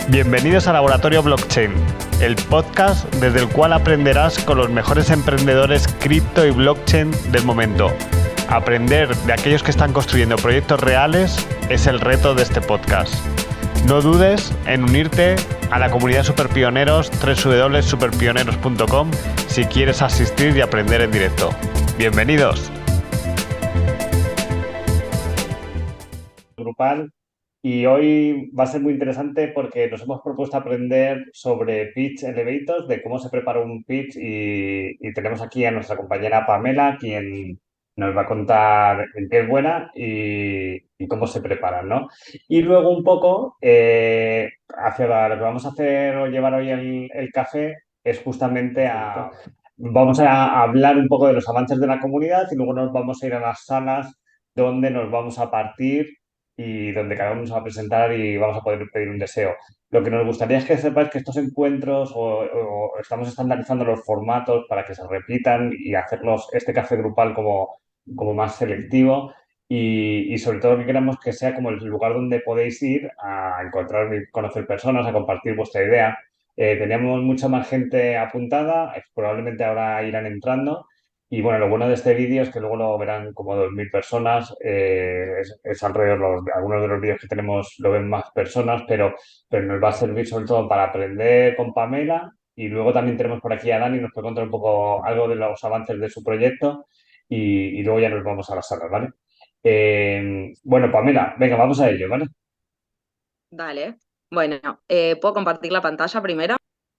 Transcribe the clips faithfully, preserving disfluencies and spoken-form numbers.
Bienvenidos a Laboratorio Blockchain, el podcast desde el cual aprenderás con los mejores emprendedores cripto y blockchain del momento. Aprender de aquellos que están construyendo proyectos reales es el reto de este podcast. No dudes en unirte a la comunidad Superpioneros doble u doble u doble u punto superpioneros punto com si quieres asistir y aprender en directo. ¡Bienvenidos! Grupal. Y hoy va a ser muy interesante porque nos hemos propuesto aprender sobre pitch elevators, de cómo se prepara un pitch y, y tenemos aquí a nuestra compañera Pamela, quien nos va a contar en qué es buena y, y cómo se preparan, ¿no? Y luego un poco, eh, hacia la- lo que vamos a hacer o llevar hoy el, el café es justamente a... Vamos a hablar un poco de los avances de la comunidad y luego nos vamos a ir a las salas donde nos vamos a partir y donde cada uno se va a presentar y vamos a poder pedir un deseo. Lo que nos gustaría es que sepáis que estos encuentros o, o estamos estandarizando los formatos para que se repitan y hacerlos este café grupal como, como más selectivo y, y sobre todo que queramos que sea como el lugar donde podéis ir a encontrar y conocer personas, a compartir vuestra idea. Eh, teníamos mucha más gente apuntada, eh, probablemente ahora irán entrando. Y bueno, lo bueno de este vídeo es que luego lo verán como dos mil personas. eh, es, es alrededor, los- algunos de los vídeos que tenemos lo ven más personas, pero, pero nos va a servir sobre todo para aprender con Pamela. Y luego también tenemos por aquí a Dani, nos puede contar un poco algo de los avances de su proyecto. Y, y luego ya nos vamos a la sala, ¿vale? Eh, bueno, Pamela, venga, vamos a ello, ¿vale? Dale. Bueno, eh, ¿puedo compartir la pantalla primero?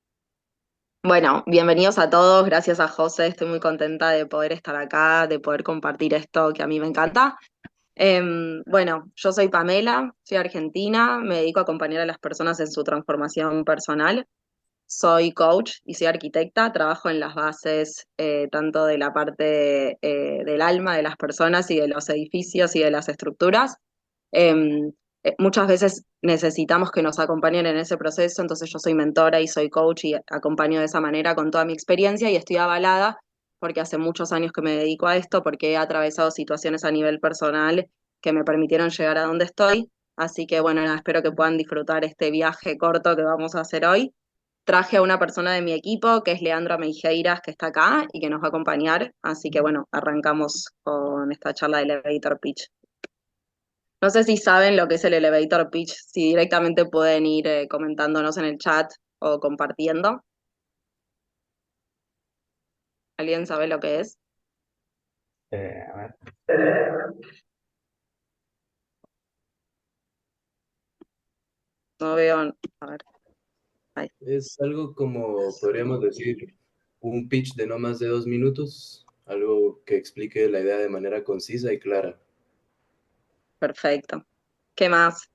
Bueno, bienvenidos a todos. Gracias a José. Estoy muy contenta de poder estar acá, de poder compartir esto que a mí me encanta. Em, bueno, yo soy Pamela, soy argentina, me dedico a acompañar a las personas en su transformación personal. Soy coach y soy arquitecta, trabajo en las bases eh, tanto de la parte eh, del alma de las personas y de los edificios y de las estructuras. Em, eh, Muchas veces necesitamos que nos acompañen en ese proceso, entonces yo soy mentora y soy coach y acompaño de esa manera con toda mi experiencia y estoy avalada porque hace muchos años que me dedico a esto, porque he atravesado situaciones a nivel personal que me permitieron llegar a donde estoy. Así que bueno, nada, espero que puedan disfrutar este viaje corto que vamos a hacer hoy. Traje a una persona de mi equipo, que es Leandro Meijeiras, que está acá y que nos va a acompañar. Así que bueno, arrancamos con esta charla de Elevator Pitch. No sé si saben lo que es el Elevator Pitch, si directamente pueden ir eh, comentándonos en el chat o compartiendo. ¿Alguien sabe lo que es? Eh, a ver. No veo. A ver, ahí. Es algo como, podríamos decir, un pitch de no más de dos minutos, algo que explique la idea de manera concisa y clara. Perfecto. ¿Qué más?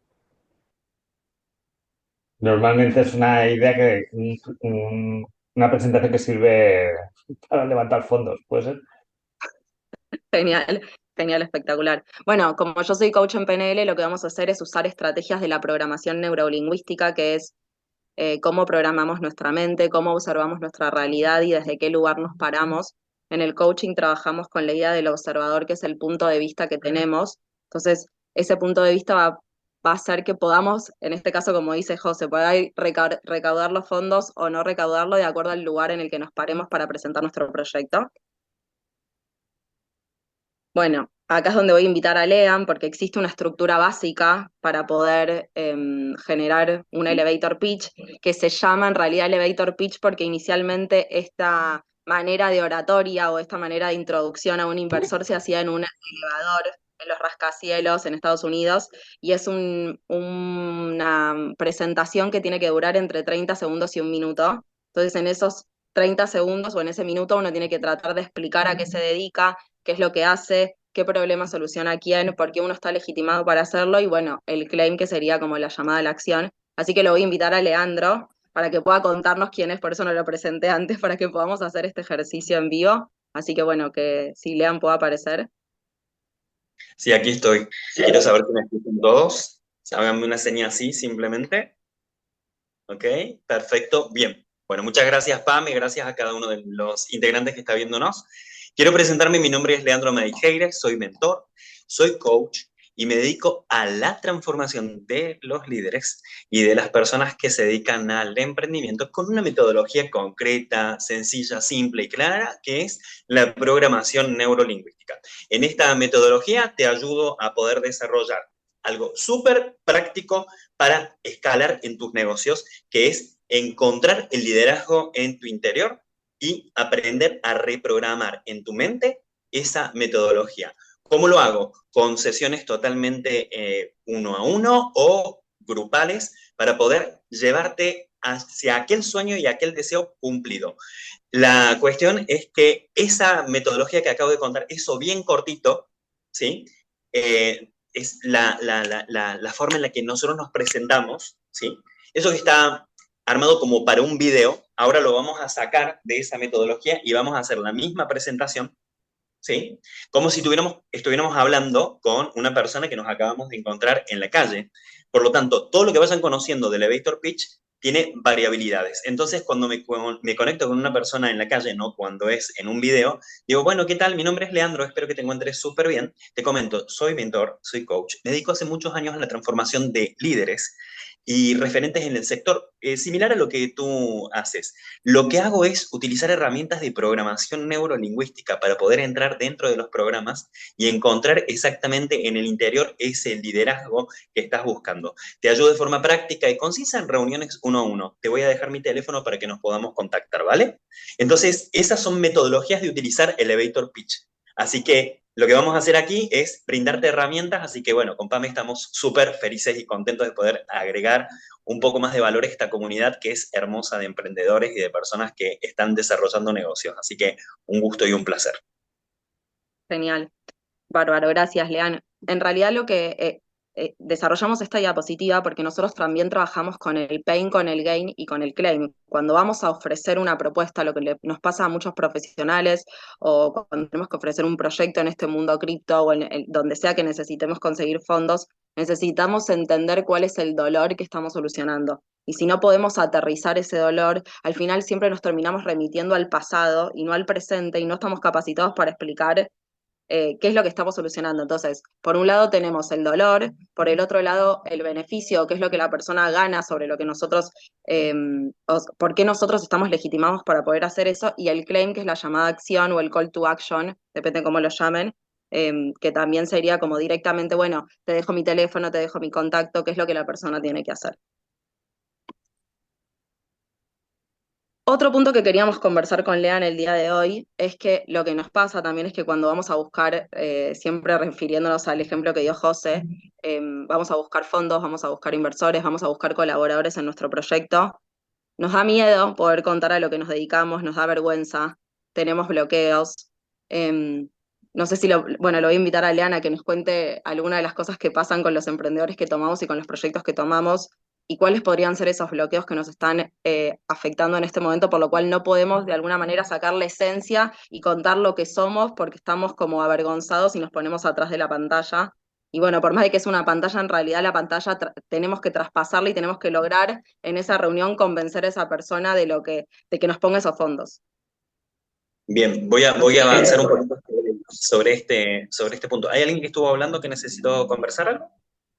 Normalmente es una idea que, un- un- una presentación que sirve para levantar fondos, ¿puede ser? Genial, genial, espectacular. Bueno, como yo soy coach en P N L, lo que vamos a hacer es usar estrategias de la programación neurolingüística, que es eh, cómo programamos nuestra mente, cómo observamos nuestra realidad y desde qué lugar nos paramos. En el coaching trabajamos con la idea del observador, que es el punto de vista que tenemos. Entonces, ese punto de vista va, va a hacer que podamos, en este caso, como dice José, poder reca- recaudar los fondos o no recaudarlo de acuerdo al lugar en el que nos paremos para presentar nuestro proyecto. Bueno, acá es donde voy a invitar a Lean porque existe una estructura básica para poder em, generar un elevator pitch que se llama en realidad elevator pitch porque inicialmente esta manera de oratoria o esta manera de introducción a un inversor se hacía en un elevador en los rascacielos en Estados Unidos y es un- una presentación que tiene que durar entre treinta segundos y un minuto. Entonces en esos treinta segundos o en ese minuto uno tiene que tratar de explicar a qué se dedica, qué es lo que hace, qué problema soluciona a quién, por qué uno está legitimado para hacerlo y bueno, el claim que sería como la llamada a la acción. Así que lo voy a invitar a Leandro para que pueda contarnos quién es, por eso no lo presenté antes, para que podamos hacer este ejercicio en vivo. Así que bueno, que si Lean pueda aparecer. Sí, aquí estoy. Quiero saber si me escuchan todos. Háganme una seña así, simplemente. Ok, perfecto. Bien. Bueno, muchas gracias, Pam, y gracias a cada uno de los integrantes que está viéndonos. Quiero presentarme. Mi nombre es Leandro Meijeiras, soy mentor, soy coach y me dedico a la transformación de los líderes y de las personas que se dedican al emprendimiento con una metodología concreta, sencilla, simple y clara, que es la programación neurolingüística. En esta metodología te ayudo a poder desarrollar algo súper práctico para escalar en tus negocios, que es encontrar el liderazgo en tu interior y aprender a reprogramar en tu mente esa metodología. ¿Cómo lo hago? Con sesiones totalmente eh, uno a uno o grupales para poder llevarte hacia aquel sueño y aquel deseo cumplido. La cuestión es que esa metodología que acabo de contar, eso bien cortito, ¿sí? Eh, es la, la, la, la, la forma en la que nosotros nos presentamos, ¿sí? Eso que está armado como para un video, ahora lo vamos a sacar de esa metodología y vamos a hacer la misma presentación, ¿sí? Como si tuviéramos, estuviéramos hablando con una persona que nos acabamos de encontrar en la calle. Por lo tanto, todo lo que vayan conociendo del elevator pitch tiene variabilidades. Entonces, cuando me, me conecto con una persona en la calle, no cuando es en un video, digo, bueno, ¿qué tal? Mi nombre es Leandro, espero que te encuentres súper bien. Te comento, soy mentor, soy coach, me dedico hace muchos años a la transformación de líderes y referentes en el sector, eh, similar a lo que tú haces. Lo que hago es utilizar herramientas de programación neurolingüística para poder entrar dentro de los programas y encontrar exactamente en el interior ese liderazgo que estás buscando. Te ayudo de forma práctica y concisa en reuniones uno a uno. Te voy a dejar mi teléfono para que nos podamos contactar, ¿vale? Entonces, esas son metodologías de utilizar elevator pitch. Así que lo que vamos a hacer aquí es brindarte herramientas, así que bueno, con Pame estamos súper felices y contentos de poder agregar un poco más de valor a esta comunidad que es hermosa de emprendedores y de personas que están desarrollando negocios. Así que un gusto y un placer. Genial. Bárbaro, gracias, Lean. En realidad lo que eh, eh, desarrollamos esta diapositiva porque nosotros también trabajamos con el pain, con el gain y con el claim. Cuando vamos a ofrecer una propuesta, lo que le, nos pasa a muchos profesionales o cuando tenemos que ofrecer un proyecto en este mundo cripto o en, en donde sea que necesitemos conseguir fondos, necesitamos entender cuál es el dolor que estamos solucionando. Y si no podemos aterrizar ese dolor, al final siempre nos terminamos remitiendo al pasado y no al presente y no estamos capacitados para explicar Eh, qué es lo que estamos solucionando. Entonces, por un lado tenemos el dolor, por el otro lado el beneficio, qué es lo que la persona gana sobre lo que nosotros, eh, o, por qué nosotros estamos legitimados para poder hacer eso, y el claim, que es la llamada acción o el call to action, depende de cómo lo llamen, eh, que también sería como directamente, bueno, te dejo mi teléfono, te dejo mi contacto, qué es lo que la persona tiene que hacer. Otro punto que queríamos conversar con Lean el día de hoy es que lo que nos pasa también es que cuando vamos a buscar, eh, siempre refiriéndonos al ejemplo que dio José, eh, vamos a buscar fondos, vamos a buscar inversores, vamos a buscar colaboradores en nuestro proyecto, nos da miedo poder contar a lo que nos dedicamos, nos da vergüenza, tenemos bloqueos. Eh, no sé si lo, bueno, lo voy a invitar a Lean a que nos cuente alguna de las cosas que pasan con los emprendedores que tomamos y con los proyectos que tomamos y cuáles podrían ser esos bloqueos que nos están eh, afectando en este momento, por lo cual no podemos de alguna manera sacar la esencia y contar lo que somos porque estamos como avergonzados y nos ponemos atrás de la pantalla. Y bueno, por más de que es una pantalla, en realidad la pantalla tenemos que traspasarla y tenemos que lograr en esa reunión convencer a esa persona de, lo que, de que nos ponga esos fondos. Bien, voy a, voy a avanzar un poquito sobre este, sobre este punto. ¿Hay alguien que estuvo hablando que necesitó conversar algo?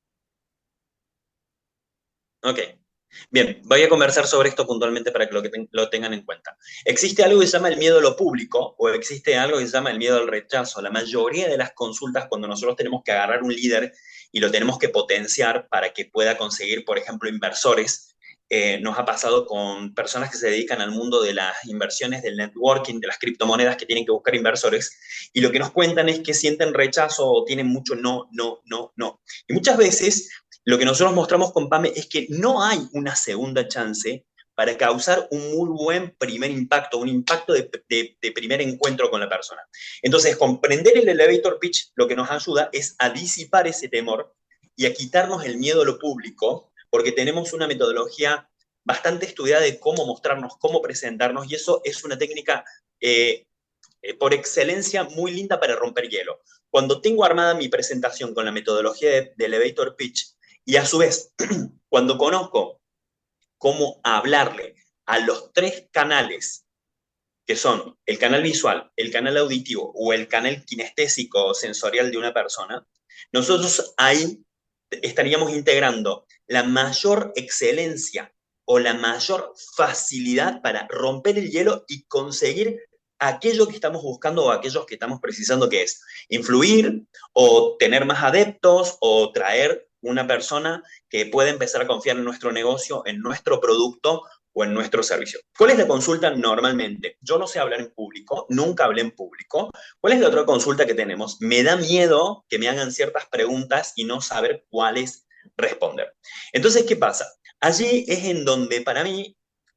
Ok. Bien, voy a conversar sobre esto puntualmente para que lo, que ten, lo tengan en cuenta. Existe algo que se llama el miedo a lo público o existe algo que se llama el miedo al rechazo. La mayoría de las consultas, cuando nosotros tenemos que agarrar un líder y lo tenemos que potenciar para que pueda conseguir, por ejemplo, inversores, eh, nos ha pasado con personas que se dedican al mundo de las inversiones, del networking, de las criptomonedas que tienen que buscar inversores, y lo que nos cuentan es que sienten rechazo o tienen mucho no, no, no, no. Y muchas veces lo que nosotros mostramos con Pame es que no hay una segunda chance para causar un muy buen primer impacto, un impacto de, de, de primer encuentro con la persona. Entonces, comprender el elevator pitch lo que nos ayuda es a disipar ese temor y a quitarnos el miedo a lo público, porque tenemos una metodología bastante estudiada de cómo mostrarnos, cómo presentarnos, y eso es una técnica eh, eh, por excelencia muy linda para romper hielo. Cuando tengo armada mi presentación con la metodología de, de elevator pitch, y a su vez, cuando conozco cómo hablarle a los tres canales, que son el canal visual, el canal auditivo o el canal kinestésico o sensorial de una persona, Nosotros ahí estaríamos integrando la mayor excelencia o la mayor facilidad para romper el hielo y conseguir aquello que estamos buscando o aquellos que estamos precisando, que es influir o tener más adeptos o traer una persona que pueda empezar a confiar en nuestro negocio, en nuestro producto o en nuestro servicio. ¿Cuál es la consulta normalmente? Yo no sé hablar en público, nunca hablé en público. ¿Cuál es la otra consulta que tenemos? Me da miedo que me hagan ciertas preguntas y no saber cuáles responder. Entonces, ¿qué pasa? Allí es en donde para mí,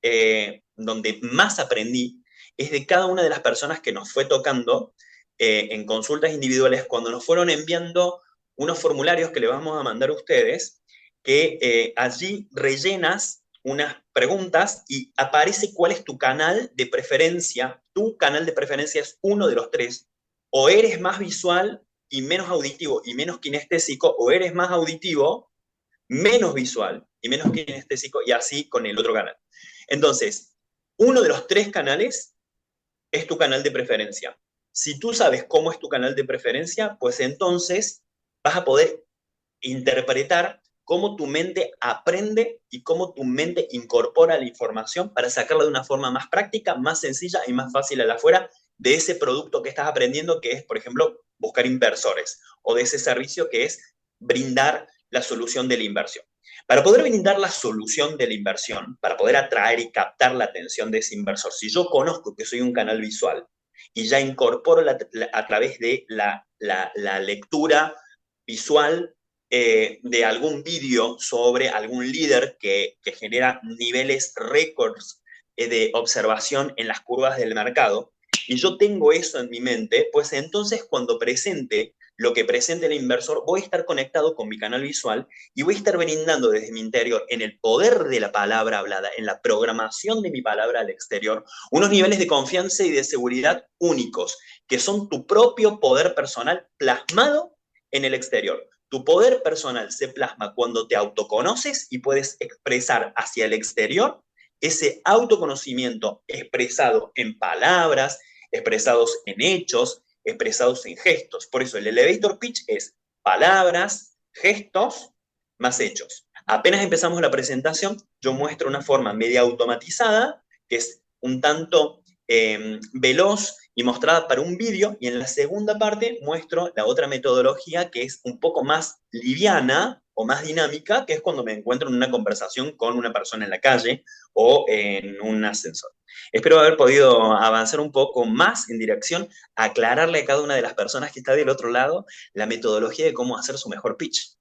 eh, donde más aprendí, es de cada una de las personas que nos fue tocando eh, en consultas individuales, cuando nos fueron enviando unos formularios que le vamos a mandar a ustedes, que eh, allí rellenas unas preguntas y aparece cuál es tu canal de preferencia. Tu canal de preferencia es uno de los tres. O eres más visual y menos auditivo y menos kinestésico, o eres más auditivo, menos visual y menos kinestésico, y así con el otro canal. Entonces, uno de los tres canales es tu canal de preferencia. Si tú sabes cómo es tu canal de preferencia, pues entonces vas a poder interpretar cómo tu mente aprende y cómo tu mente incorpora la información para sacarla de una forma más práctica, más sencilla y más fácil a la afuera de ese producto que estás aprendiendo, que es, por ejemplo, buscar inversores, o de ese servicio que es brindar la solución de la inversión. Para poder brindar la solución de la inversión, para poder atraer y captar la atención de ese inversor, si yo conozco que soy un canal visual y ya incorporo la, la, a través de la, la, la lectura visual eh, de algún vídeo sobre algún líder que, que genera niveles récords eh, de observación en las curvas del mercado, y yo tengo eso en mi mente, pues entonces cuando presente lo que presente el inversor, voy a estar conectado con mi canal visual y voy a estar brindando desde mi interior, en el poder de la palabra hablada, en la programación de mi palabra al exterior, unos niveles de confianza y de seguridad únicos, que son tu propio poder personal plasmado en el exterior. Tu poder personal se plasma cuando te autoconoces y puedes expresar hacia el exterior ese autoconocimiento expresado en palabras, expresados en hechos, expresados en gestos. Por eso el elevator pitch es palabras, gestos, más hechos. Apenas empezamos la presentación, yo muestro una forma media automatizada, que es un tanto eh, veloz y mostrada para un vídeo, y en la segunda parte muestro la otra metodología, que es un poco más liviana o más dinámica, que es cuando me encuentro en una conversación con una persona en la calle o en un ascensor. Espero haber podido avanzar un poco más en dirección a aclararle a cada una de las personas que está del otro lado la metodología de cómo hacer su mejor pitch.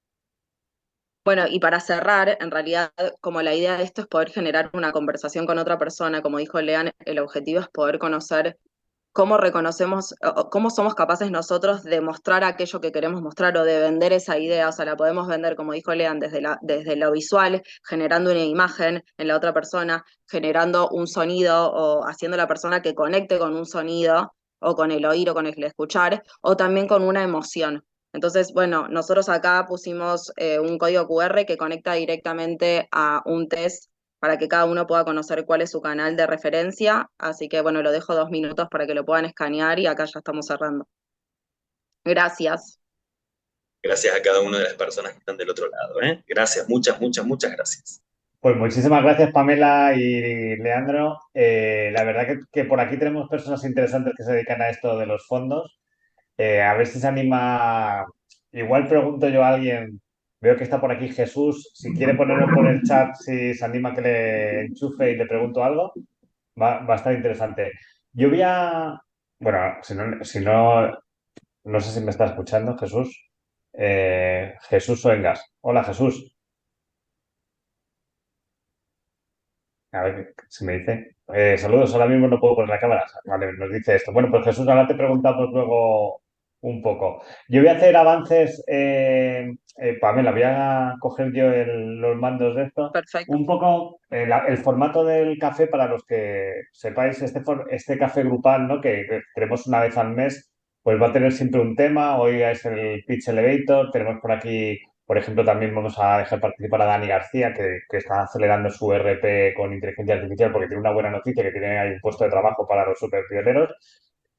Bueno, y para cerrar, en realidad, como la idea de esto es poder generar una conversación con otra persona, como dijo Lean, el objetivo es poder conocer cómo reconocemos, o cómo somos capaces nosotros de mostrar aquello que queremos mostrar o de vender esa idea. O sea, la podemos vender, como dijo Lean, desde, la, desde lo visual, generando una imagen en la otra persona, generando un sonido o haciendo a la persona que conecte con un sonido o con el oír o con el escuchar, o también con una emoción. Entonces, bueno, nosotros acá pusimos eh, un código Q R que conecta directamente a un test para que cada uno pueda conocer cuál es su canal de referencia. Así que, bueno, lo dejo dos minutos para que lo puedan escanear y acá ya estamos cerrando. Gracias. Gracias a cada una de las personas que están del otro lado. ¿eh? Gracias, muchas, muchas, muchas gracias. Pues muchísimas gracias, Pamela y Leandro. Eh, la verdad que, que por aquí tenemos personas interesantes que se dedican a esto de los fondos. Eh, a ver si se anima. Igual pregunto yo a alguien, veo que está por aquí Jesús, si quiere ponerlo por el chat, si se anima que le enchufe y le pregunto algo, va, va a estar interesante. Yo voy a, bueno, si no, si no, no sé si me está escuchando Jesús. Eh, Jesús Soengas. Hola Jesús. A ver si me dice. Eh, saludos, ahora mismo no puedo poner la cámara. Vale, nos dice esto. Bueno, pues Jesús, ahora te preguntamos luego un poco. Yo voy a hacer avances, eh, eh, Pamela, voy a coger yo el- los mandos de esto. Perfecto. Un poco eh, la- el formato del café para los que sepáis, este, for- este café grupal, ¿no? Que, que tenemos una vez al mes, pues va a tener siempre un tema. Hoy es el Pitch Elevator, tenemos por aquí. Por ejemplo, también vamos a dejar participar a Dani García, que, que está acelerando su R P con inteligencia artificial porque tiene una buena noticia, que tiene ahí un puesto de trabajo para los super pioneros.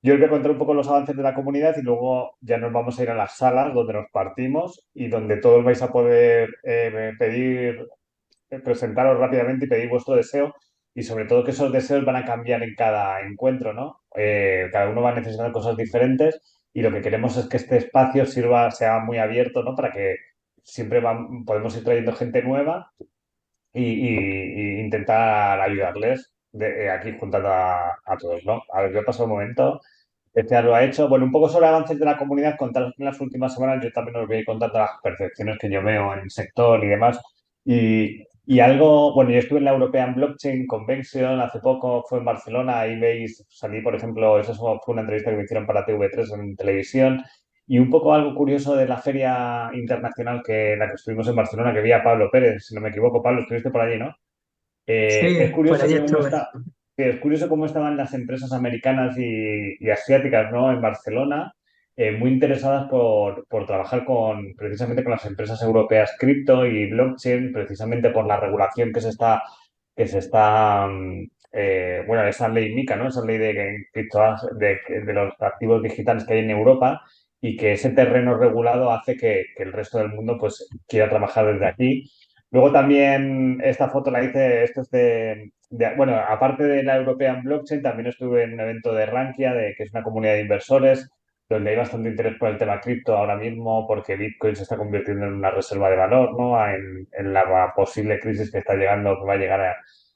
Yo os voy a contar un poco los avances de la comunidad y luego ya nos vamos a ir a las salas donde nos partimos y donde todos vais a poder eh, pedir, eh, presentaros rápidamente y pedir vuestro deseo y sobre todo que esos deseos van a cambiar en cada encuentro, ¿no? Eh, cada uno va a necesitar cosas diferentes y lo que queremos es que este espacio sirva, sea muy abierto, ¿no? Para que siempre van- podemos ir trayendo gente nueva y, y- y intentar ayudarles de, eh, aquí juntando a, a todos, ¿no? A ver, yo paso un momento. Este ya lo ha hecho. Bueno, un poco sobre avances de la comunidad, contaros que en las últimas semanas yo también os voy a ir contando las percepciones que yo veo en el sector y demás. Y, y algo, bueno, yo estuve en la European Blockchain Convention hace poco, fue en Barcelona, ahí veis, salí, por ejemplo, eso fue una entrevista que me hicieron para T V tres en televisión. Y un poco algo curioso de la feria internacional que en la que estuvimos en Barcelona, que vi a Pablo Pérez, si no me equivoco. Pablo, estuviste por allí, ¿no? Eh, es Sí, por curioso allí que cómo estuve. está, que es curioso cómo estaban las empresas americanas y, y asiáticas, ¿no? En Barcelona, eh, muy interesadas por, por trabajar con, precisamente con las empresas europeas cripto y blockchain, precisamente por la regulación que se está, que se está, mm, eh, bueno, esa ley MiCA, ¿no? Esa ley de, cripto, de, de los activos digitales que hay en Europa y que ese terreno regulado hace que, que el resto del mundo, pues, quiera trabajar desde aquí. Luego también esta foto la hice, esto es de, de- bueno, aparte de la European Blockchain, también estuve en un evento de Rankia, de, que es una comunidad de inversores, donde hay bastante interés por el tema cripto ahora mismo, porque Bitcoin se está convirtiendo en una reserva de valor, ¿no? En, en la posible crisis que está llegando, que va a llegar a,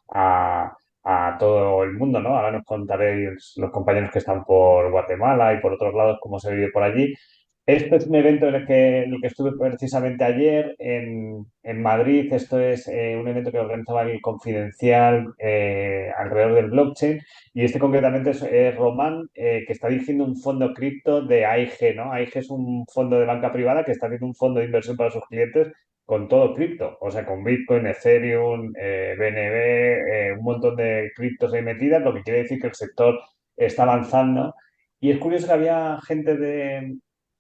a- a todo el mundo, ¿no? Ahora nos contaréis los compañeros que están por Guatemala y por otros lados cómo se vive por allí. Este es un evento en el que, en el que estuve precisamente ayer en, en Madrid. Esto es eh, un evento que organizaba el Confidencial eh, alrededor del blockchain. Y este concretamente es, es Román, eh, que está dirigiendo un fondo cripto de A I G, ¿no? A I G es un fondo de banca privada que está haciendo un fondo de inversión para sus clientes con todo cripto. O sea, con Bitcoin, Ethereum, eh, B N B, eh, un montón de criptos ahí metidas, lo que quiere decir que el sector está avanzando. Y es curioso que había gente de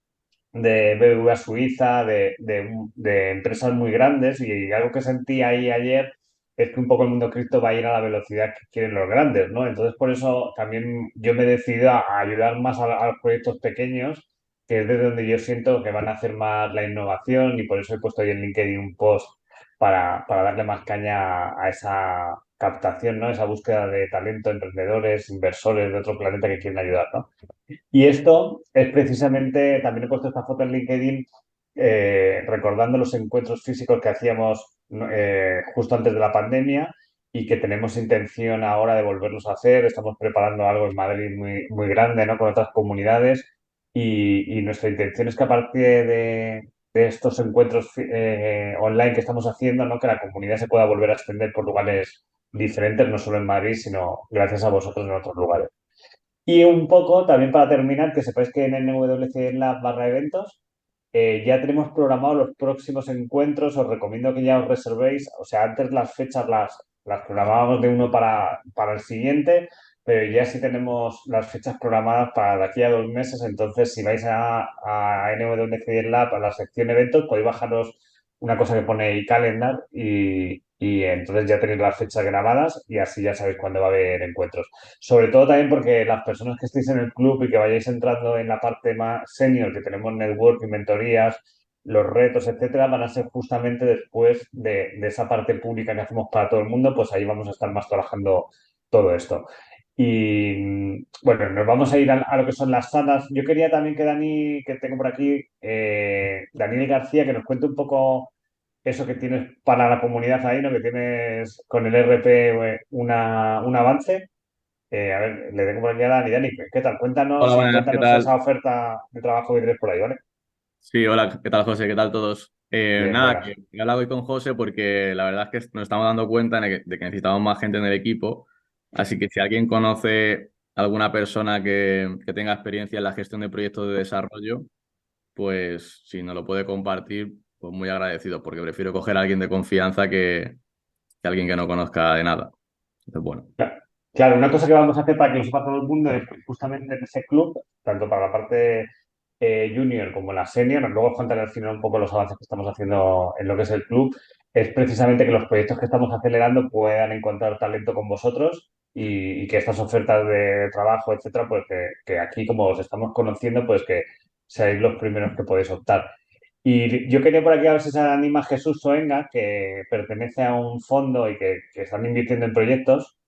de B B V A Suiza, de, de, de empresas muy grandes y algo que sentí ahí ayer es que un poco el mundo cripto va a ir a la velocidad que quieren los grandes, ¿no? Entonces, por eso también yo me he decidido a, a ayudar más a, a los proyectos pequeños, que es desde donde yo siento que van a hacer más la innovación y por eso he puesto ahí en LinkedIn un post para, para darle más caña a esa captación, ¿no? Esa búsqueda de talento, emprendedores, inversores de otro planeta que quieren ayudar, ¿no? Y esto es precisamente, también he puesto esta foto en LinkedIn, eh, recordando los encuentros físicos que hacíamos ¿no? eh, justo antes de la pandemia y que tenemos intención ahora de volverlos a hacer. Estamos preparando algo en Madrid muy, muy grande, ¿no? Con otras comunidades y, y nuestra intención es que a partir de, de estos encuentros eh, online que estamos haciendo, ¿no? Que la comunidad se pueda volver a extender por lugares diferentes, no solo en Madrid, sino gracias a vosotros en otros lugares. Y un poco, también para terminar, que sepáis que en N W C Lab barra eventos eh, ya tenemos programados los próximos encuentros. Os recomiendo que ya os reservéis. O sea, antes las fechas las, las programábamos de uno para, para el siguiente, pero ya sí tenemos las fechas programadas para de aquí a dos meses. Entonces, si vais a, a N W C Lab, a la sección eventos, podéis bajaros una cosa que pone calendar y, y entonces ya tenéis las fechas grabadas y así ya sabéis cuándo va a haber encuentros. Sobre todo también porque las personas que estéis en el club y que vayáis entrando en la parte más senior, que tenemos networking, mentorías, los retos, etcétera, van a ser justamente después de, de esa parte pública que hacemos para todo el mundo, pues ahí vamos a estar más trabajando todo esto. Y bueno, nos vamos a ir a, a lo que son las salas. Yo quería también que Dani, que tengo por aquí, eh, Daniel García, que nos cuente un poco eso que tienes para la comunidad ahí, ¿no? Que tienes con el R P eh, una, un avance. Eh, a ver, le tengo por aquí a Dani. Dani, ¿qué tal? Hola, Cuéntanos y buenas, ¿qué cuéntanos tal? esa oferta de trabajo que tienes por ahí, ¿vale? Sí, hola, ¿qué tal, José? ¿Qué tal todos? Eh, Bien, nada, buenas. que he hablado hoy con José porque la verdad es que nos estamos dando cuenta de que, de que necesitamos más gente en el equipo. Así que si alguien conoce alguna persona que, que tenga experiencia en la gestión de proyectos de desarrollo, pues si nos lo puede compartir, pues muy agradecido, porque prefiero coger a alguien de confianza que, que alguien que no conozca de nada. Entonces, bueno. Claro, claro, una cosa que vamos a hacer para que lo sepa todo el mundo es que justamente en ese club, tanto para la parte eh, junior como la senior, luego os contaré al final un poco los avances que estamos haciendo en lo que es el club, es precisamente que los proyectos que estamos acelerando puedan encontrar talento con vosotros y, y que estas ofertas de trabajo, etcétera, pues que, que aquí como os estamos conociendo, pues que seáis los primeros que podéis optar. Y yo quería por aquí a ver si se anima Jesús Soenga, que pertenece a un fondo y que, que están invirtiendo en proyectos.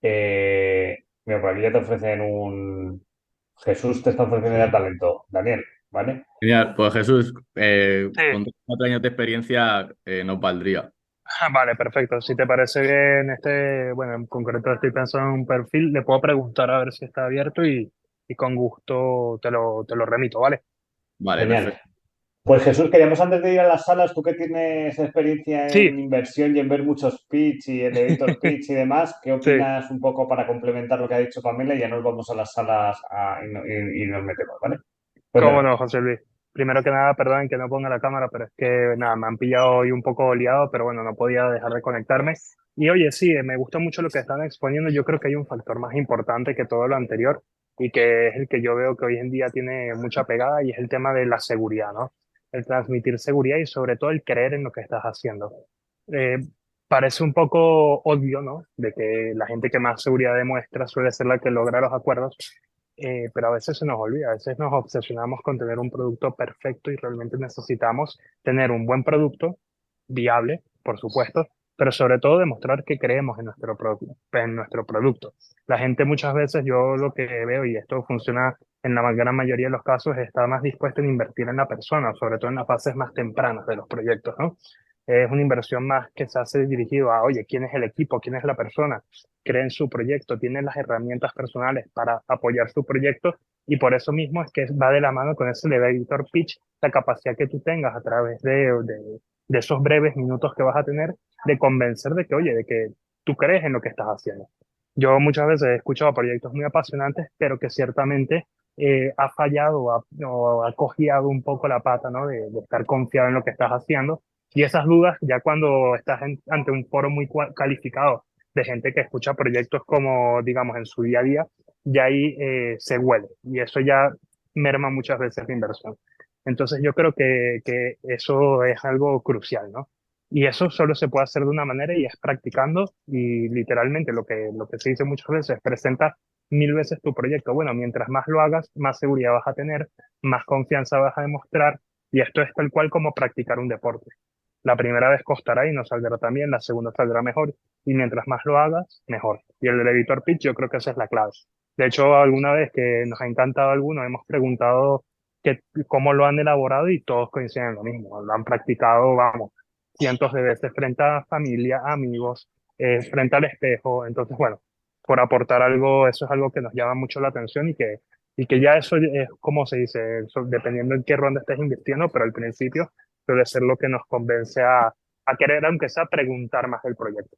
Eh, mira, por aquí ya te ofrecen un... Jesús te está ofreciendo ya talento, Daniel, ¿vale? Genial, pues Jesús, eh, Sí, con cuatro años de experiencia eh, nos valdría. vale, perfecto. Si te parece bien, este, bueno, en concreto estoy pensando en un perfil, le puedo preguntar a ver si está abierto y, y con gusto te lo, te lo remito, ¿vale? Vale, Genial. perfecto. Pues Jesús, queríamos antes de ir a las salas, tú que tienes experiencia Sí, en inversión y en ver muchos pitch y elevator pitch y demás, ¿qué sí, opinas un poco para complementar lo que ha dicho Pamela? Y ya nos vamos a las salas a- y, no- y- y nos metemos, ¿vale? cómo Cuéntame. no, José Luis. Primero que nada, perdón que no ponga la cámara, pero es que nada, me han pillado hoy un poco liado, pero bueno, no podía dejar de conectarme. Y oye, sí, me gusta mucho lo que están exponiendo. Yo creo que hay un factor más importante que todo lo anterior y que es el que yo veo que hoy en día tiene mucha pegada y es el tema de la seguridad, ¿no? El transmitir seguridad y sobre todo el creer en lo que estás haciendo. Eh, Parece un poco obvio, ¿no? De que la gente que más seguridad demuestra suele ser la que logra los acuerdos, eh, pero a veces se nos olvida, a veces nos obsesionamos con tener un producto perfecto y realmente necesitamos tener un buen producto, viable, por supuesto, pero sobre todo demostrar que creemos en nuestro, pro- en nuestro producto. La gente muchas veces, yo lo que veo, y esto funciona en la gran mayoría de los casos, está más dispuesta en invertir en la persona, sobre todo en las fases más tempranas de los proyectos, ¿no? Es una inversión más que se hace dirigido a, oye, ¿quién es el equipo? ¿Quién es la persona? Cree en su proyecto, tiene las herramientas personales para apoyar su proyecto y por eso mismo es que va de la mano con ese elevator pitch, la capacidad que tú tengas a través de, de, de esos breves minutos que vas a tener de convencer de que, oye, de que tú crees en lo que estás haciendo. Yo muchas veces he escuchado proyectos muy apasionantes, pero que ciertamente eh, ha fallado o ha, o ha cojeado un poco la pata, ¿no? De, de estar confiado en lo que estás haciendo. Y esas dudas, ya cuando estás en- ante un foro muy cua- calificado de gente que escucha proyectos como, digamos, en su día a día, ya ahí eh, se huele. Y eso ya merma muchas veces la inversión. Entonces yo creo que, que eso es algo crucial, ¿no? Y eso solo se puede hacer de una manera y es practicando y literalmente lo que, lo que se dice muchas veces, presenta mil veces tu proyecto. Bueno, mientras más lo hagas, más seguridad vas a tener, más confianza vas a demostrar y esto es tal cual como practicar un deporte. La primera vez costará y no saldrá tan bien, la segunda saldrá mejor y mientras más lo hagas, mejor. Y el del editor pitch yo creo que esa es la clave. De hecho, alguna vez que nos ha encantado alguno, hemos preguntado que, cómo lo han elaborado y todos coinciden en lo mismo. Lo han practicado, vamos, cientos de veces frente a familia, amigos, eh, frente al espejo. Entonces, bueno, por aportar algo, eso es algo que nos llama mucho la atención y que, y que ya eso es como se dice, eso, dependiendo en qué ronda estés invirtiendo, pero al principio suele ser lo que nos convence a, a querer, aunque sea, preguntar más del proyecto.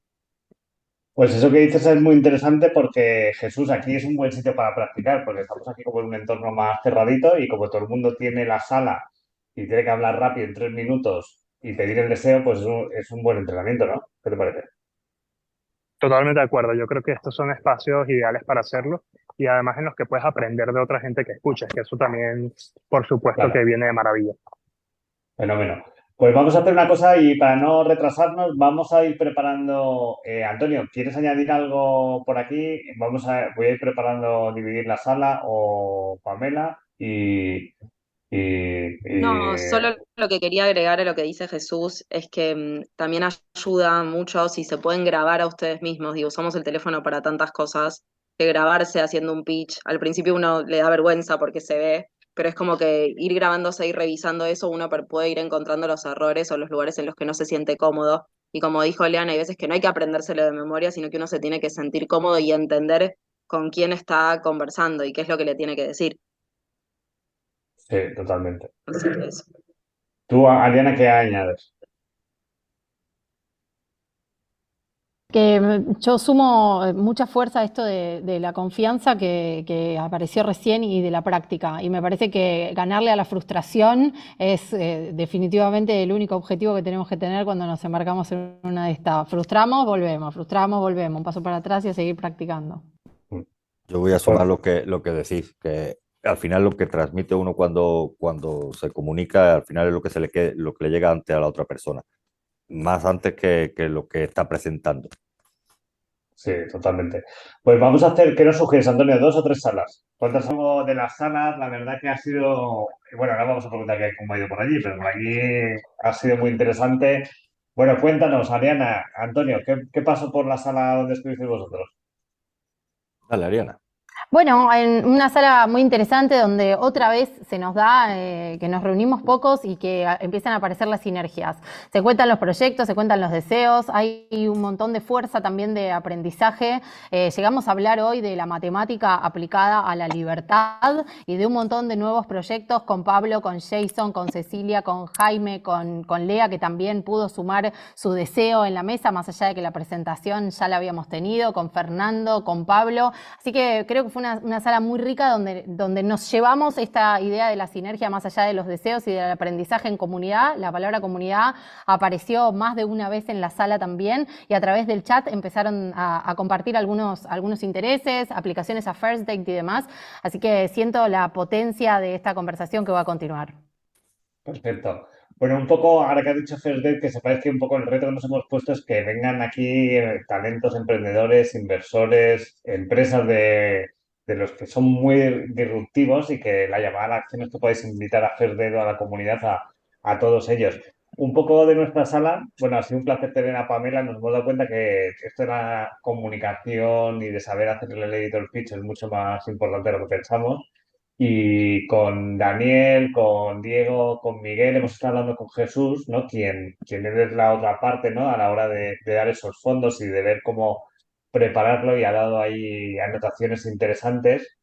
Pues eso que dices es muy interesante porque Jesús, aquí es un buen sitio para practicar, porque estamos aquí como en un entorno más cerradito y como todo el mundo tiene la sala y tiene que hablar rápido en tres minutos y pedir el deseo, pues es un, es un buen entrenamiento, ¿no? ¿Qué te parece? Totalmente de acuerdo. Yo creo que estos son espacios ideales para hacerlo y además en los que puedes aprender de otra gente que escuches, que eso también, por supuesto, que Claro, viene de maravilla. fenómeno. Pues vamos a hacer una cosa y para no retrasarnos, vamos a ir preparando. eh, Antonio, ¿quieres añadir algo por aquí? Vamos a, voy a ir preparando dividir la sala o Pamela y, y, No, y- solo lo que quería agregar a lo que dice Jesús es que mm, también ayuda mucho si se pueden grabar a ustedes mismos. Digo, usamos el teléfono para tantas cosas, que grabarse haciendo un pitch. Al principio uno le da vergüenza porque se ve, pero es como que ir grabándose y revisando eso, uno per- puede ir encontrando los errores o los lugares en los que no se siente cómodo. Y como dijo Leana, hay veces que no hay que aprendérselo de memoria, sino que uno se tiene que sentir cómodo y entender con quién está conversando y qué es lo que le tiene que decir. sí, totalmente. Así que eso. Tú, Ariana, ¿qué añades? Que mm, yo sumo eh, mucha fuerza a esto de, de la confianza que, que apareció recién y de la práctica. Y me parece que ganarle a la frustración es eh, definitivamente el único objetivo que tenemos que tener cuando nos embarcamos en una de estas. Frustramos, volvemos, frustramos, volvemos, un paso para atrás y a seguir practicando. Yo voy a Pues, sumar lo que, lo que decís, que al final lo que transmite uno cuando, cuando se comunica, al final es lo que, se le, que- lo que le llega antes a la otra persona, más antes que, que lo que está presentando. Sí, totalmente. Pues vamos a hacer, ¿qué nos sugieres, Antonio? ¿Dos o tres salas? ¿Cuántas somos de las salas? La verdad que ha sido, bueno, ahora vamos a preguntar qué- cómo ha ido por allí, pero por aquí ha sido muy interesante. Bueno, cuéntanos, Ariana, Antonio, ¿qué, qué pasó por la sala donde estuvisteis vosotros? Dale, Ariana. Bueno, en una sala muy interesante donde otra vez se nos da eh, que nos reunimos pocos y que a- empiezan a aparecer las sinergias. Se cuentan los proyectos, se cuentan los deseos, hay un montón de fuerza también de aprendizaje. Eh, llegamos a hablar hoy de la matemática aplicada a la libertad y de un montón de nuevos proyectos con Pablo, con Jason, con Cecilia, con Jaime, con, con Lea, que también pudo sumar su deseo en la mesa, más allá de que la presentación ya la habíamos tenido, con Fernando, con Pablo. Así que creo que fue una, una sala muy rica donde, donde nos llevamos esta idea de la sinergia más allá de los deseos y del aprendizaje en comunidad. La palabra comunidad apareció más de una vez en la sala también y a través del chat empezaron a, a compartir algunos, algunos intereses, aplicaciones a First Date y demás. Así que siento la potencia de esta conversación que va a continuar. Perfecto. Bueno, un poco, ahora que has dicho First Date, que sepáis que un poco el reto que nos hemos puesto es que vengan aquí eh, talentos, emprendedores, inversores, empresas de, de los que son muy disruptivos y que la llamada a la acción es que podéis invitar a First Date o a la comunidad a, a todos ellos. Un poco de nuestra sala, bueno, ha sido un placer tener a Pamela, nos hemos dado cuenta que esto de la comunicación y de saber hacer el editor pitch es mucho más importante de lo que pensamos. Y con Daniel, con Diego, con Miguel, hemos estado hablando con Jesús, ¿no? Quien, quien es la otra parte, ¿no? A la hora de, de dar esos fondos y de ver cómo prepararlo y ha dado ahí anotaciones interesantes.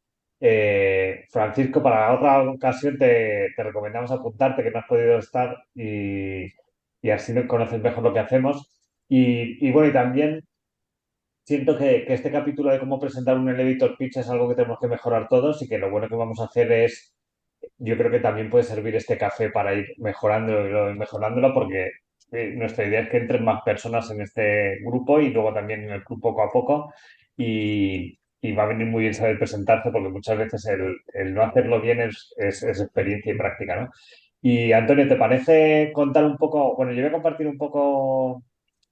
Eh, Francisco, para la otra ocasión te, te recomendamos apuntarte, que no has podido estar y, y así conoces mejor lo que hacemos. Y, y bueno, y también siento que, que este capítulo de cómo presentar un elevator pitch es algo que tenemos que mejorar todos y que lo bueno que vamos a hacer es, yo creo que también puede servir este café para ir mejorándolo y mejorándolo porque eh, nuestra idea es que entren más personas en este grupo y luego también en el club poco a poco y, y va a venir muy bien saber presentarse porque muchas veces el, el no hacerlo bien es, es, es experiencia y práctica, ¿no? Y Antonio, ¿te parece contar un poco? Bueno, yo voy a compartir un poco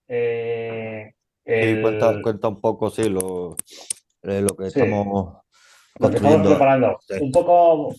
eh, Sí, cuenta, el, cuenta un poco, sí, lo, eh, lo que sí, estamos lo que estamos construyendo. preparando. Sí. Un poco,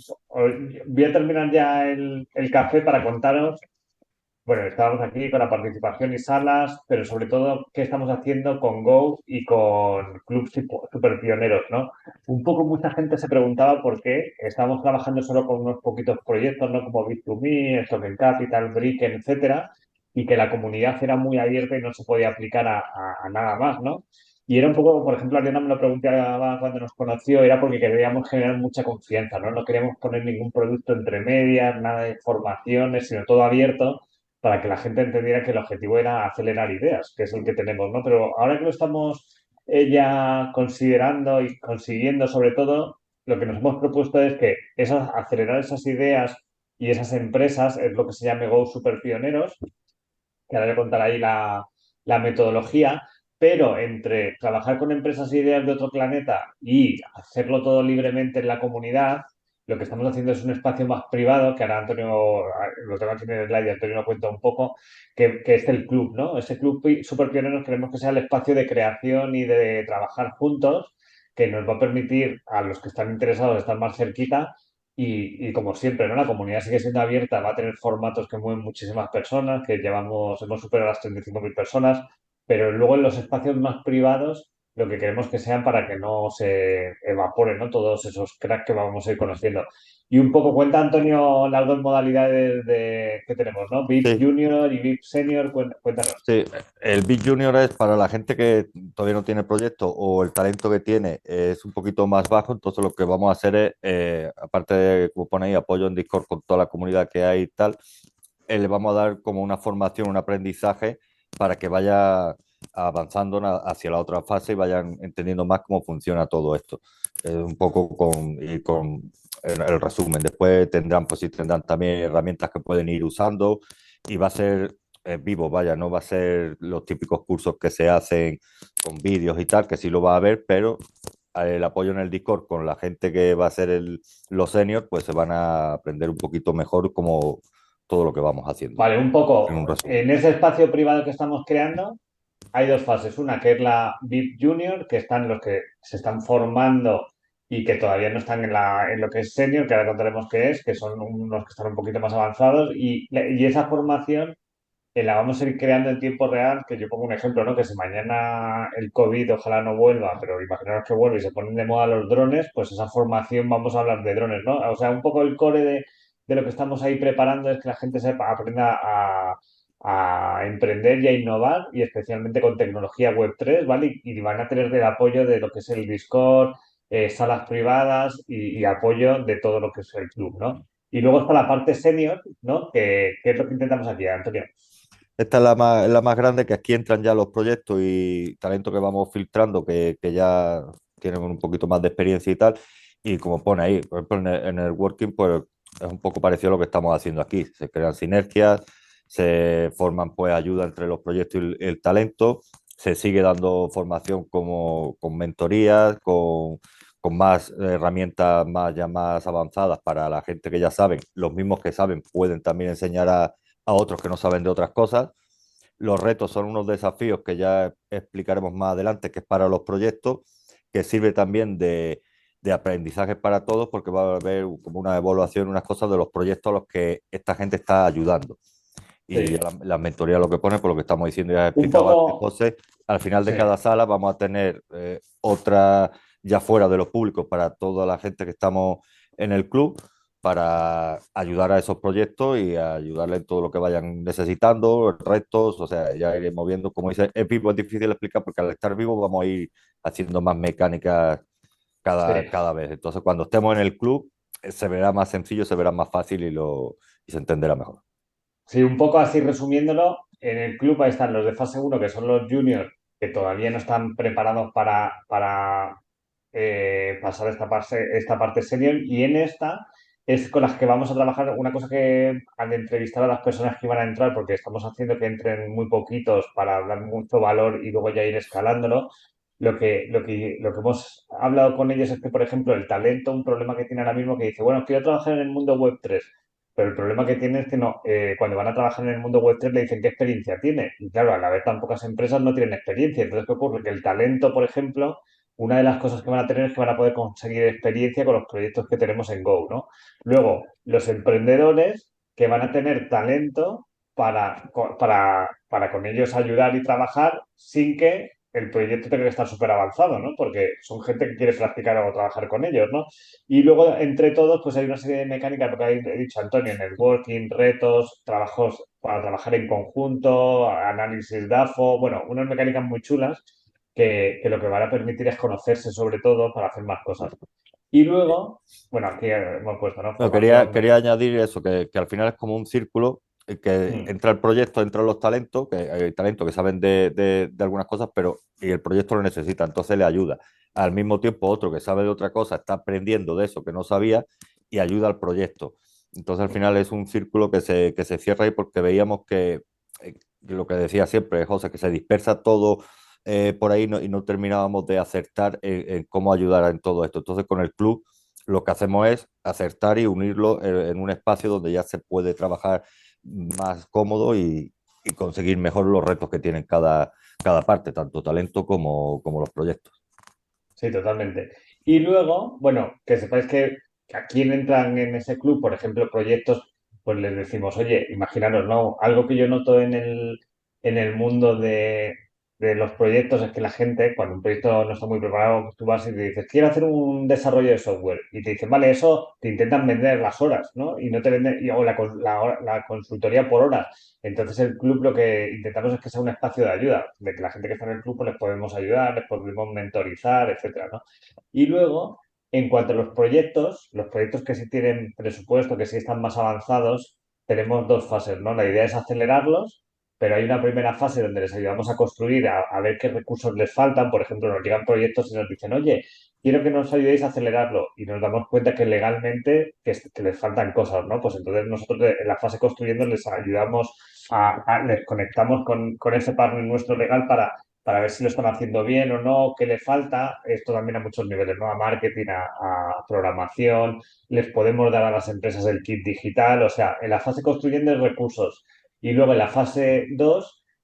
voy a terminar ya el, el café para contaros, bueno, estábamos aquí con la participación y salas, pero sobre todo qué estamos haciendo con Go y con Club Super Pioneros, ¿no? Un poco mucha gente se preguntaba por qué estábamos trabajando solo con unos poquitos proyectos, ¿no? Como Bit to Me, Token Capital, Bricken, etcétera, y que la comunidad era muy abierta y no se podía aplicar a, a- a nada más, ¿no? Y era un poco, por ejemplo, Ariana me lo preguntaba cuando nos conoció, era porque queríamos generar mucha confianza, ¿no? No queríamos poner ningún producto entre medias, nada de informaciones, sino todo abierto para que la gente entendiera que el objetivo era acelerar ideas, que es el que tenemos, ¿no? Pero ahora que lo estamos eh, ya considerando y consiguiendo, sobre todo, lo que nos hemos propuesto es que esas, acelerar esas ideas y esas empresas es lo que se llama Go Super Pioneros, que ahora voy a contar ahí la, la metodología, pero entre trabajar con empresas e ideas de otro planeta y hacerlo todo libremente en la comunidad, lo que estamos haciendo es un espacio más privado, que ahora Antonio, lo tengo aquí en el slide y Antonio lo cuenta un poco, que, que es el club, ¿no? Ese club Super Pioneros queremos que sea el espacio de creación y de trabajar juntos, que nos va a permitir a los que están interesados estar más cerquita y, y como siempre, ¿no? La comunidad sigue siendo abierta, va a tener formatos que mueven muchísimas personas, que llevamos, hemos superado las treinta y cinco mil personas, pero luego en los espacios más privados lo que queremos que sean para que no se evaporen, ¿no? Todos esos cracks que vamos a ir conociendo. Y un poco cuenta, Antonio, las dos modalidades de, que tenemos, ¿no? V I P Sí, Junior y V I P Senior, cuen- cuéntanos. sí. El Big Junior es para la gente que todavía no tiene proyecto o el talento que tiene es un poquito más bajo, entonces lo que vamos a hacer es, eh, aparte de, como pone ahí, apoyo en Discord con toda la comunidad que hay y tal, eh, le vamos a dar como una formación, un aprendizaje para que vaya avanzando na- hacia la otra fase y vayan entendiendo más cómo funciona todo esto. Eh, un poco con, y con el, el resumen. Después tendrán, pues sí, tendrán también herramientas que pueden ir usando y va a ser eh, vivo, vaya, no va a ser los típicos cursos que se hacen con vídeos y tal, que sí lo va a ver, pero el apoyo en el Discord con la gente que va a ser el, los seniors, pues se van a aprender un poquito mejor como todo lo que vamos haciendo, Vale, un en poco un resumen. en ese espacio privado que estamos creando, hay dos fases. Una que es la V I P Junior, que están los que se están formando y que todavía no están en, la, en lo que es senior, que ahora contaremos qué es, que son unos que están un poquito más avanzados. Y, y esa formación eh, la vamos a ir creando en tiempo real, que yo pongo un ejemplo, ¿no? Que si mañana el COVID ojalá no vuelva, pero imaginaros que vuelve y se ponen de moda los drones, pues esa formación vamos a hablar de drones, ¿no? O sea, un poco el core de, de lo que estamos ahí preparando es que la gente sepa, aprenda a, a emprender y a innovar, y especialmente con tecnología web tres, ¿vale? Y, y van a tener el apoyo de lo que es el Discord, eh, salas privadas y, y apoyo de todo lo que es el club, ¿no? Y luego está la parte senior, ¿no? Que, que es lo que intentamos aquí, Antonio. Esta es la más, es la más grande, que aquí entran ya los proyectos y talento que vamos filtrando, que, que ya tienen un poquito más de experiencia y tal. Y como pone ahí, por ejemplo, en el, en el working, pues es un poco parecido a lo que estamos haciendo aquí. Se crean sinergias, se forman pues ayuda entre los proyectos y el, el talento, se sigue dando formación como, con mentorías, con, con más herramientas más, ya más avanzadas para la gente que ya saben. Los mismos que saben pueden también enseñar a a otros que no saben de otras cosas. Los retos son unos desafíos que ya explicaremos más adelante, que es para los proyectos, que sirve también de, de aprendizaje para todos, porque va a haber como una evaluación, unas cosas de los proyectos a los que esta gente está ayudando. Y Sí. la, la mentoría lo que pone, por lo que estamos diciendo, ya he Un explicado antes, poco, José, al final de sí. cada sala vamos a tener eh, otra ya fuera de los públicos para toda la gente que estamos en el club, para ayudar a esos proyectos y a ayudarle en todo lo que vayan necesitando, retos, o sea, ya iremos viendo, como dice, es vivo, es difícil explicar porque al estar vivo vamos a ir haciendo más mecánicas cada, Sí. cada vez. Entonces, cuando estemos en el club, eh, se verá más sencillo, se verá más fácil y, lo, y se entenderá mejor. Sí, un poco así resumiéndolo, en el club ahí están los de fase uno, que son los juniors, que todavía no están preparados para, para eh, pasar esta parte, esta parte senior, y en esta es con las que vamos a trabajar. Una cosa que al entrevistar a las personas que van a entrar, porque estamos haciendo que entren muy poquitos para dar mucho valor y luego ya ir escalándolo, lo que, lo que, lo que hemos hablado con ellos es que, por ejemplo, el talento, un problema que tiene ahora mismo, que dice, bueno, quiero trabajar en el mundo web tres, pero el problema que tiene es que no, eh, cuando van a trabajar en el mundo web tres le dicen qué experiencia tiene. Y claro, al haber tan pocas empresas no tienen experiencia. Entonces, ¿qué ocurre? Que el talento, por ejemplo, una de las cosas que van a tener es que van a poder conseguir experiencia con los proyectos que tenemos en Go, ¿no? Luego, los emprendedores que van a tener talento para, para, para con ellos ayudar y trabajar sin que el proyecto tenga que estar súper avanzado, ¿no? Porque son gente que quiere practicar o trabajar con ellos, ¿no? Y luego, entre todos, pues hay una serie de mecánicas, lo que he dicho Antonio, networking, retos, trabajos para trabajar en conjunto, análisis DAFO, bueno, unas mecánicas muy chulas que, que lo que van a permitir es conocerse sobre todo para hacer más cosas. Y luego, bueno, aquí hemos puesto, ¿no? No, quería, Formación. quería añadir eso, que, que al final es como un círculo, eh, que Mm, entra el proyecto, entran los talentos, que hay talentos que saben de, de- de algunas cosas, pero y el proyecto lo necesita, entonces le ayuda. Al mismo tiempo, otro que sabe de otra cosa está aprendiendo de eso que no sabía y ayuda al proyecto. Entonces, al final es un círculo que se, que se cierra ahí, porque veíamos que, eh, lo que decía siempre José, que se dispersa todo eh, por ahí, no- y no terminábamos de acertar en, en cómo ayudar en todo esto. Entonces, con el club lo que hacemos es acertar y unirlo en, en un espacio donde ya se puede trabajar más cómodo y, y conseguir mejor los retos que tienen cada, cada parte, tanto talento como, como los proyectos. sí, totalmente. Y luego, bueno, que sepáis que, que a quien entran en ese club, por ejemplo, proyectos, pues les decimos, oye, imaginaros, ¿no? Algo que yo noto en el, en el mundo de, de los proyectos es que la gente, cuando un proyecto no está muy preparado, pues tú vas y te dices, quiero hacer un desarrollo de software. Y te dicen, vale, eso te intentan vender las horas, ¿no? Y no te venden, y- o la, cons- la, hora- la consultoría por horas. Entonces el club lo que intentamos es que sea un espacio de ayuda, de que la gente que está en el club pues, les podemos ayudar, les podemos mentorizar, etcétera, ¿no? Y luego, en cuanto a los proyectos, los proyectos que sí tienen presupuesto, que sí están más avanzados, tenemos dos fases, ¿no? La idea es acelerarlos, pero hay una primera fase donde les ayudamos a construir, a, a ver qué recursos les faltan. Por ejemplo, nos llegan proyectos y nos dicen, oye, quiero que nos ayudéis a acelerarlo. Y nos damos cuenta que legalmente que, es- que les faltan cosas, ¿no? Pues entonces nosotros de- en la fase construyendo les ayudamos a, a- les conectamos con, con ese partner nuestro legal para para ver si lo están haciendo bien o no, qué le falta. Esto también a muchos niveles, ¿no? A marketing, a, a programación, les podemos dar a las empresas el kit digital, o sea, en la fase construyendo hay recursos. Y luego en la fase dos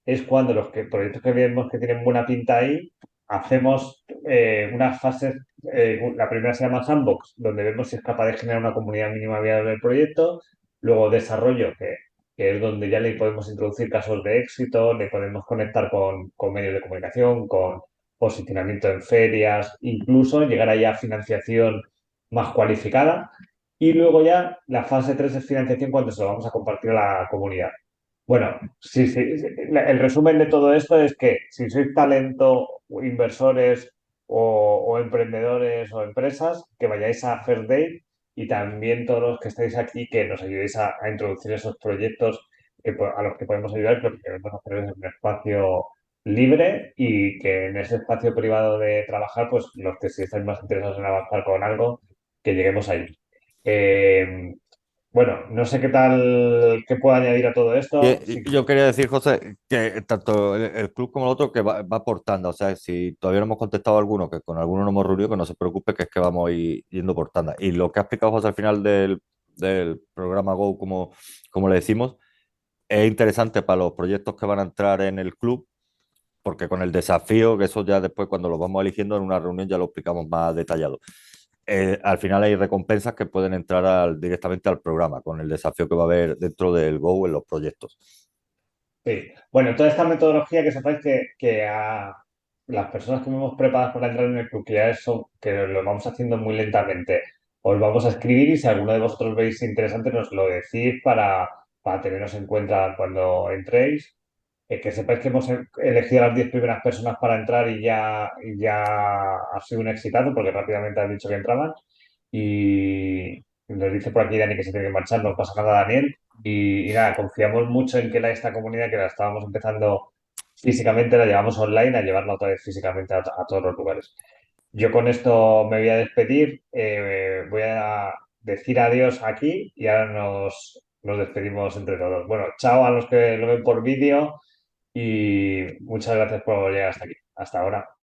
es cuando los que, proyectos que vemos que tienen buena pinta ahí, hacemos eh, unas fases, eh, la primera se llama Sandbox, donde vemos si es capaz de generar una comunidad mínima viable del proyecto, luego desarrollo, que, que es donde ya le podemos introducir casos de éxito, le podemos conectar con, con medios de comunicación, con posicionamiento en ferias, incluso llegar allá a financiación más cualificada. Y luego ya la fase tres es financiación cuando se lo vamos a compartir a la comunidad. Bueno, sí, sí, sí, la- el resumen de todo esto es que si sois talento, o inversores o, o emprendedores o empresas, que vayáis a First Date y también todos los que estáis aquí que nos ayudéis a, a introducir esos proyectos que po- a los que podemos ayudar, pero que queremos hacer en un espacio libre y que en ese espacio privado de trabajar, pues los que sí estáis más interesados en avanzar con algo, que lleguemos ahí. Eh, bueno, no sé qué tal, qué puedo añadir a todo esto. Sí, Y yo quería decir, José, que tanto el, el club como el otro que va, va aportando. O sea, si todavía no hemos contestado a alguno, que con alguno no hemos reunido, que no se preocupe, que es que vamos a ir yendo por tanda. Y lo que ha explicado José al final del, del programa Go, como, como le decimos, es interesante para los proyectos que van a entrar en el club, porque con el desafío, que eso ya después cuando lo vamos eligiendo en una reunión ya lo explicamos más detallado. Eh, al final hay recompensas que pueden entrar al- directamente al programa, con el desafío que va a haber dentro del Go en los proyectos. sí. Bueno, toda esta metodología que sepáis que, que a las personas que hemos preparado para entrar en el club, que ya eso, que lo vamos haciendo muy lentamente, os vamos a escribir y si alguno de vosotros veis interesante nos lo decís para, para tenernos en cuenta cuando entréis. Eh, que sepáis que hemos e- elegido a las diez primeras personas para entrar y ya, y ya ha sido un exitazo porque rápidamente han dicho que entraban. Y nos dice por aquí Dani que se tiene que marchar, no pasa nada, Daniel. Y, y nada, confiamos mucho en que la, esta comunidad que la estábamos empezando físicamente, la llevamos online, a llevarla otra vez físicamente a, a todos los lugares. Yo con esto me voy a despedir, eh, voy a decir adiós aquí y ahora nos, nos despedimos entre todos. Bueno, chao a los que lo ven por vídeo y muchas gracias por llegar hasta aquí. Hasta ahora.